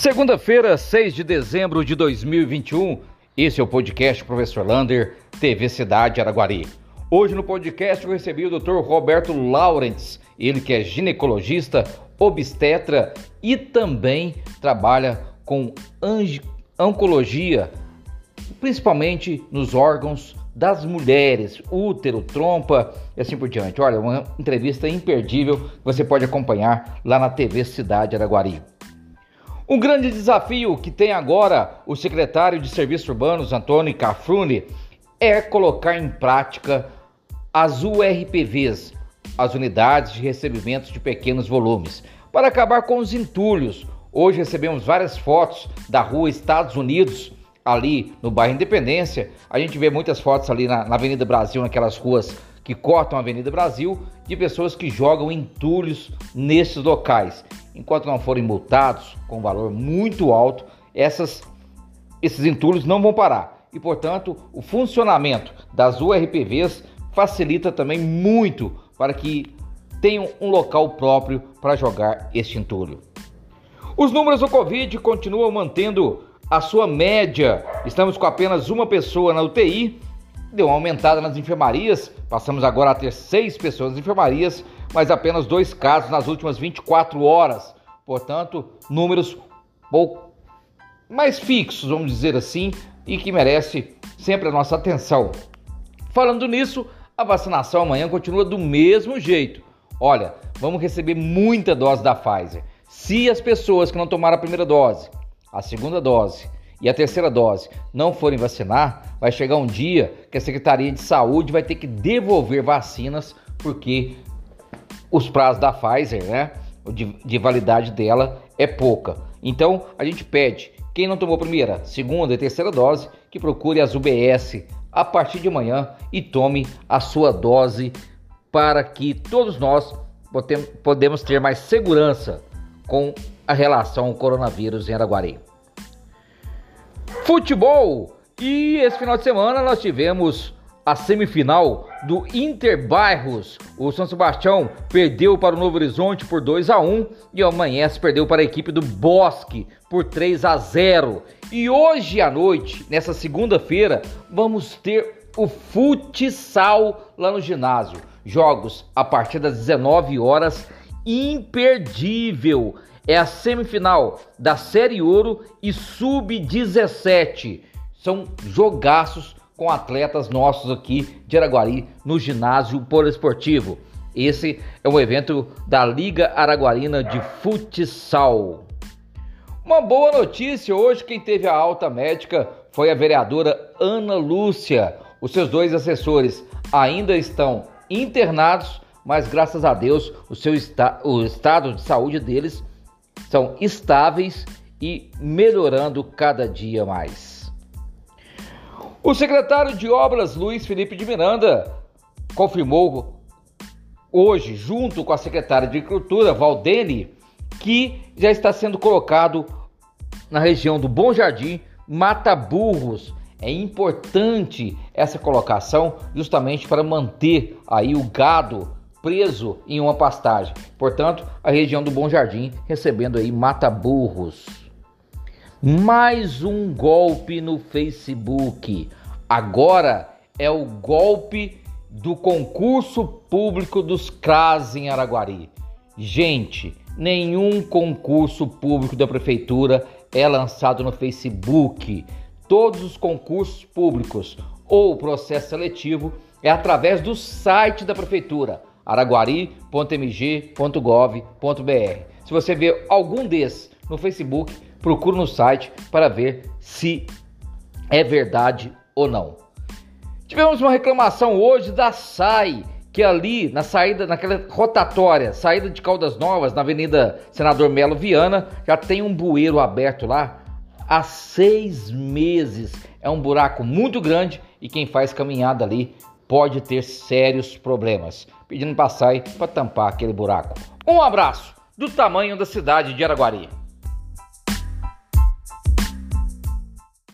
Segunda-feira, 6 de dezembro de 2021, esse é o podcast Professor Lander, TV Cidade Araguari. Hoje no podcast eu recebi o Dr. Roberto Laurents, ele que é ginecologista, obstetra e também trabalha com oncologia, principalmente nos órgãos das mulheres, útero, trompa e assim por diante. Olha, uma entrevista imperdível que você pode acompanhar lá na TV Cidade Araguari. Um grande desafio que tem agora o secretário de Serviços Urbanos, Antônio Cafrune, é colocar em prática as URPVs, as Unidades de Recebimento de Pequenos Volumes, para acabar com os entulhos. Hoje recebemos várias fotos da rua Estados Unidos, ali no bairro Independência. A gente vê muitas fotos ali na Avenida Brasil, naquelas ruas que cortam a Avenida Brasil, de pessoas que jogam entulhos nesses locais. Enquanto não forem multados com um valor muito alto, esses entulhos não vão parar. E, portanto, o funcionamento das URPVs facilita também muito para que tenham um local próprio para jogar este entulho. Os números do Covid continuam mantendo a sua média. Estamos com apenas uma pessoa na UTI. Deu uma aumentada nas enfermarias, passamos agora a ter 6 pessoas nas enfermarias, mas apenas 2 casos nas últimas 24 horas. Portanto, números pouco mais fixos, vamos dizer assim, e que merece sempre a nossa atenção. Falando nisso, a vacinação amanhã continua do mesmo jeito. Olha, vamos receber muita dose da Pfizer. Se as pessoas que não tomaram a primeira dose, a segunda dose e a terceira dose não forem vacinar, vai chegar um dia que a Secretaria de Saúde vai ter que devolver vacinas, porque os prazos da Pfizer, de validade dela é pouca. Então a gente pede, quem não tomou a primeira, segunda e terceira dose, que procure as UBS a partir de amanhã e tome a sua dose, para que todos nós podemos ter mais segurança com a relação ao coronavírus em Araguari. Futebol! E esse final de semana nós tivemos a semifinal do Interbairros. O São Sebastião perdeu para o Novo Horizonte por 2-1 e o Amanhece perdeu para a equipe do Bosque por 3-0. E hoje à noite, nessa segunda-feira, vamos ter o futsal lá no ginásio. Jogos a partir das 19 horas, imperdível. É a semifinal da Série Ouro e Sub-17. São jogaços com atletas nossos aqui de Araguari no ginásio poliesportivo. Esse é um evento da Liga Araguarina de Futsal. Uma boa notícia hoje, quem teve a alta médica foi a vereadora Ana Lúcia. Os seus 2 assessores ainda estão internados, mas graças a Deus o estado de saúde deles são estáveis e melhorando cada dia mais. O secretário de Obras, Luiz Felipe de Miranda, confirmou hoje, junto com a secretária de Agricultura, Valdene, que já está sendo colocado na região do Bom Jardim, Mata Burros. É importante essa colocação justamente para manter aí o gado preso em uma pastagem. Portanto, a região do Bom Jardim recebendo aí Mata Burros. Mais um golpe no Facebook. Agora é o golpe do concurso público dos CRAS em Araguari. Gente, nenhum concurso público da prefeitura é lançado no Facebook. Todos os concursos públicos ou processo seletivo é através do site da prefeitura, araguari.mg.gov.br. Se você vê algum desses no Facebook, procure no site para ver se é verdade ou não. Tivemos uma reclamação hoje da SAI, que ali na saída, naquela rotatória, saída de Caldas Novas, na Avenida Senador Melo Viana, já tem um bueiro aberto lá há 6 meses. É um buraco muito grande e quem faz caminhada ali pode ter sérios problemas. Pedindo para SAI para tampar aquele buraco. Um abraço do tamanho da cidade de Araguari.